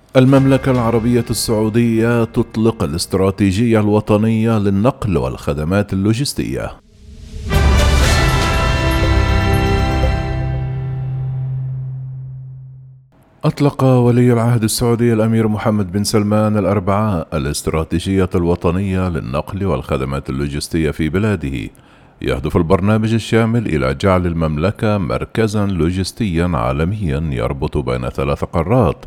المملكة العربية السعودية تطلق الاستراتيجية الوطنية للنقل والخدمات اللوجستية. أطلق ولي العهد السعودي الأمير محمد بن سلمان الأربعاء الاستراتيجية الوطنية للنقل والخدمات اللوجستية في بلاده. يهدف البرنامج الشامل إلى جعل المملكة مركزا لوجستيا عالميا يربط بين 3 قارات،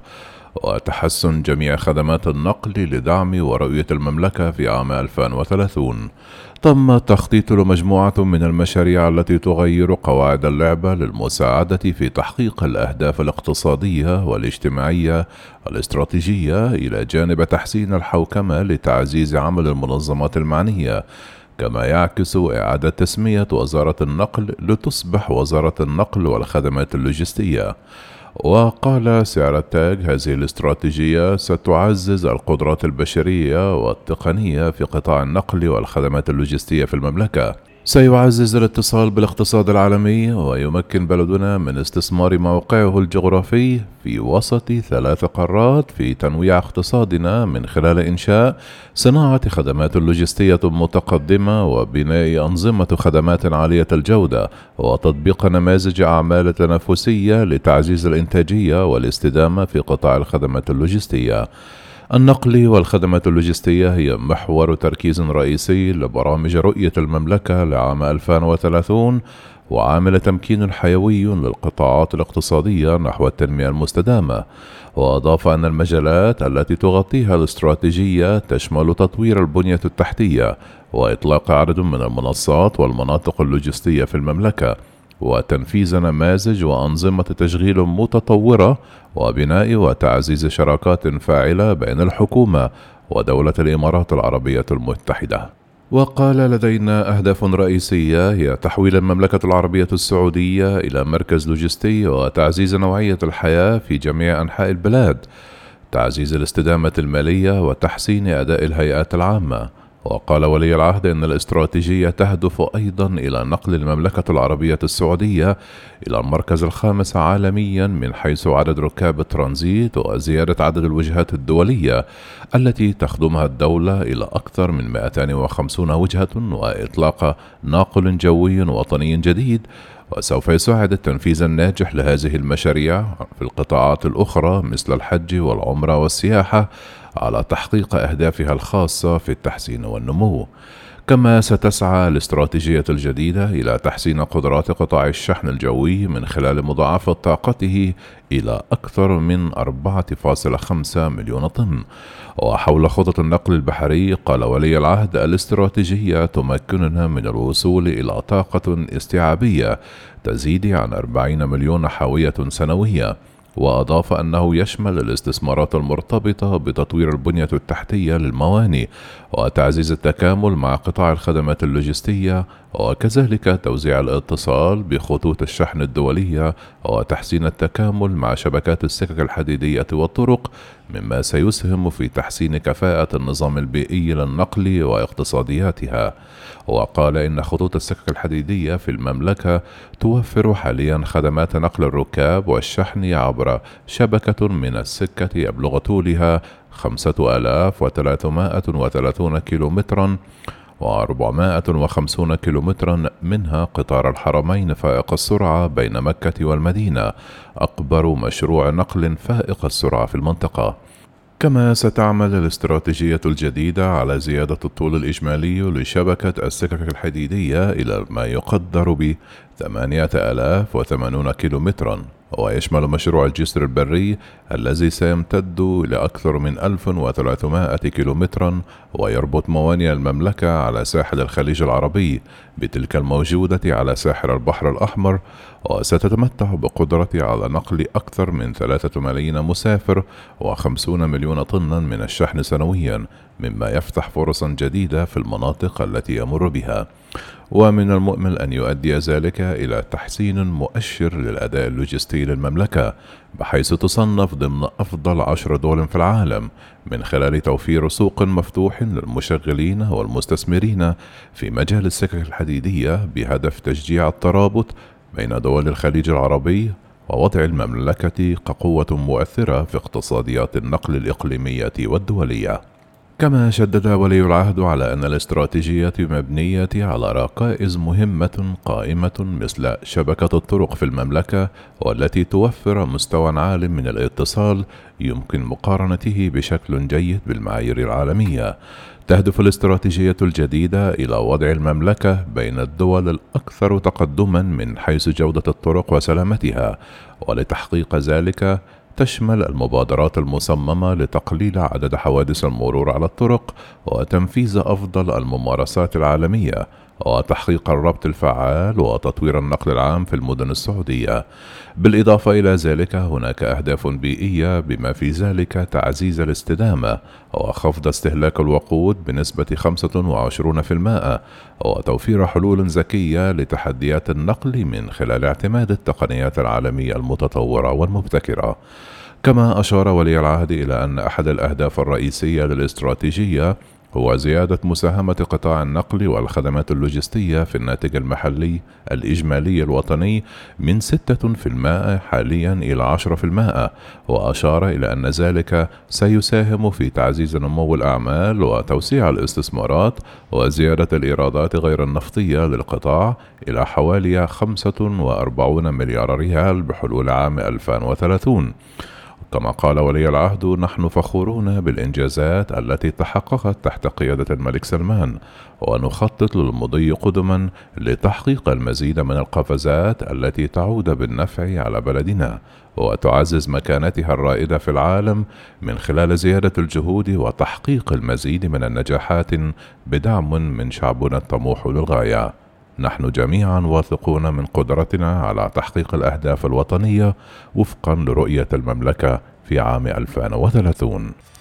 وتحسن جميع خدمات النقل لدعم ورؤية المملكة في عام 2030. تم التخطيط لمجموعة من المشاريع التي تغير قواعد اللعبة للمساعدة في تحقيق الأهداف الاقتصادية والاجتماعية الاستراتيجية، إلى جانب تحسين الحوكمة لتعزيز عمل المنظمات المعنية. كما يعكس إعادة تسمية وزارة النقل لتصبح وزارة النقل والخدمات اللوجستية. وقال سعر التاج: هذه الاستراتيجية ستعزز القدرات البشرية والتقنية في قطاع النقل والخدمات اللوجستية في المملكة. سيعزز الاتصال بالاقتصاد العالمي، ويمكن بلدنا من استثمار موقعه الجغرافي في وسط 3 قارات في تنويع اقتصادنا من خلال إنشاء صناعة خدمات لوجستية متقدمة وبناء أنظمة خدمات عالية الجودة وتطبيق نماذج أعمال تنافسية لتعزيز الإنتاجية والاستدامة في قطاع الخدمات اللوجستية. النقل والخدمات اللوجستية هي محور تركيز رئيسي لبرامج رؤية المملكة لعام 2030، وعامل تمكين حيوي للقطاعات الاقتصادية نحو التنمية المستدامة. وأضاف أن المجالات التي تغطيها الاستراتيجية تشمل تطوير البنية التحتية وإطلاق عدد من المنصات والمناطق اللوجستية في المملكة، وتنفيذ نماذج وأنظمة تشغيل متطورة، وبناء وتعزيز شراكات فاعلة بين الحكومة ودولة الإمارات العربية المتحدة. وقال: لدينا أهداف رئيسية هي تحويل المملكة العربية السعودية إلى مركز لوجستي، وتعزيز نوعية الحياة في جميع أنحاء البلاد، تعزيز الاستدامة المالية، وتحسين أداء الهيئات العامة. وقال ولي العهد إن الاستراتيجية تهدف أيضا إلى نقل المملكة العربية السعودية إلى المركز الخامس عالميا من حيث عدد ركاب الترانزيت، وزيادة عدد الوجهات الدولية التي تخدمها الدولة إلى أكثر من 250 وجهة، وإطلاق ناقل جوي وطني جديد. وسوف يساعد التنفيذ الناجح لهذه المشاريع في القطاعات الأخرى مثل الحج والعمرة والسياحة على تحقيق أهدافها الخاصة في التحسين والنمو. كما ستسعى الاستراتيجية الجديدة إلى تحسين قدرات قطاع الشحن الجوي من خلال مضاعفة طاقته إلى أكثر من 4.5 مليون طن. وحول خطط النقل البحري قال ولي العهد: الاستراتيجية تمكننا من الوصول إلى طاقة استيعابية تزيد عن 40 مليون حاوية سنوية. وأضاف أنه يشمل الاستثمارات المرتبطة بتطوير البنية التحتية للموانئ وتعزيز التكامل مع قطاع الخدمات اللوجستية، وكذلك توزيع الاتصال بخطوط الشحن الدولية وتحسين التكامل مع شبكات السكك الحديدية والطرق، مما سيسهم في تحسين كفاءة النظام البيئي للنقل واقتصادياتها. وقال إن خطوط السكك الحديدية في المملكة توفر حاليا خدمات نقل الركاب والشحن عبر شبكة من السكة يبلغ طولها 5330 كيلومترا، و450 كيلومترا منها قطار الحرمين فائق السرعة بين مكة والمدينة، أكبر مشروع نقل فائق السرعة في المنطقة. كما ستعمل الاستراتيجية الجديدة على زيادة الطول الإجمالي لشبكة السكك الحديدية إلى ما يقدر ب 8080 كيلومترا، ويشمل مشروع الجسر البري الذي سيمتد لأكثر من 1300 كيلومترا، ويربط موانئ المملكة على ساحل الخليج العربي بتلك الموجودة على ساحل البحر الأحمر، وستتمتع بقدرة على نقل أكثر من 3 ملايين مسافر و50 مليون طنا من الشحن سنويا، مما يفتح فرصا جديدة في المناطق التي يمر بها. ومن المؤمل أن يؤدي ذلك إلى تحسين مؤشر للأداء اللوجستي للمملكة، بحيث تصنف ضمن أفضل 10 دول في العالم من خلال توفير سوق مفتوح للمشغلين والمستثمرين في مجال السكك الحديدية، بهدف تشجيع الترابط بين دول الخليج العربي ووضع المملكة كقوة مؤثرة في اقتصاديات النقل الإقليمية والدولية. كما شدد ولي العهد على أن الاستراتيجية مبنية على ركائز مهمة قائمة مثل شبكة الطرق في المملكة، والتي توفر مستوى عال من الاتصال يمكن مقارنته بشكل جيد بالمعايير العالمية. تهدف الاستراتيجية الجديدة إلى وضع المملكة بين الدول الأكثر تقدمًا من حيث جودة الطرق وسلامتها، ولتحقيق ذلك تشمل المبادرات المصممة لتقليل عدد حوادث المرور على الطرق وتنفيذ أفضل الممارسات العالمية وتحقيق الربط الفعال وتطوير النقل العام في المدن السعودية. بالإضافة إلى ذلك هناك أهداف بيئية بما في ذلك تعزيز الاستدامة وخفض استهلاك الوقود بنسبة 25% وتوفير حلول ذكية لتحديات النقل من خلال اعتماد التقنيات العالمية المتطورة والمبتكرة. كما أشار ولي العهد إلى أن أحد الأهداف الرئيسية للاستراتيجية هو زيادة مساهمة قطاع النقل والخدمات اللوجستية في الناتج المحلي الإجمالي الوطني من 6% حاليا إلى 10%، وأشار إلى أن ذلك سيساهم في تعزيز نمو الأعمال وتوسيع الاستثمارات وزيادة الإيرادات غير النفطية للقطاع إلى حوالي 45 مليار ريال بحلول عام 2030. كما قال ولي العهد: نحن فخورون بالإنجازات التي تحققت تحت قيادة الملك سلمان، ونخطط للمضي قدما لتحقيق المزيد من القفزات التي تعود بالنفع على بلدنا وتعزز مكانتها الرائدة في العالم من خلال زيادة الجهود وتحقيق المزيد من النجاحات بدعم من شعبنا الطموح للغاية. نحن جميعا واثقون من قدرتنا على تحقيق الأهداف الوطنية وفقا لرؤية المملكة في عام 2030.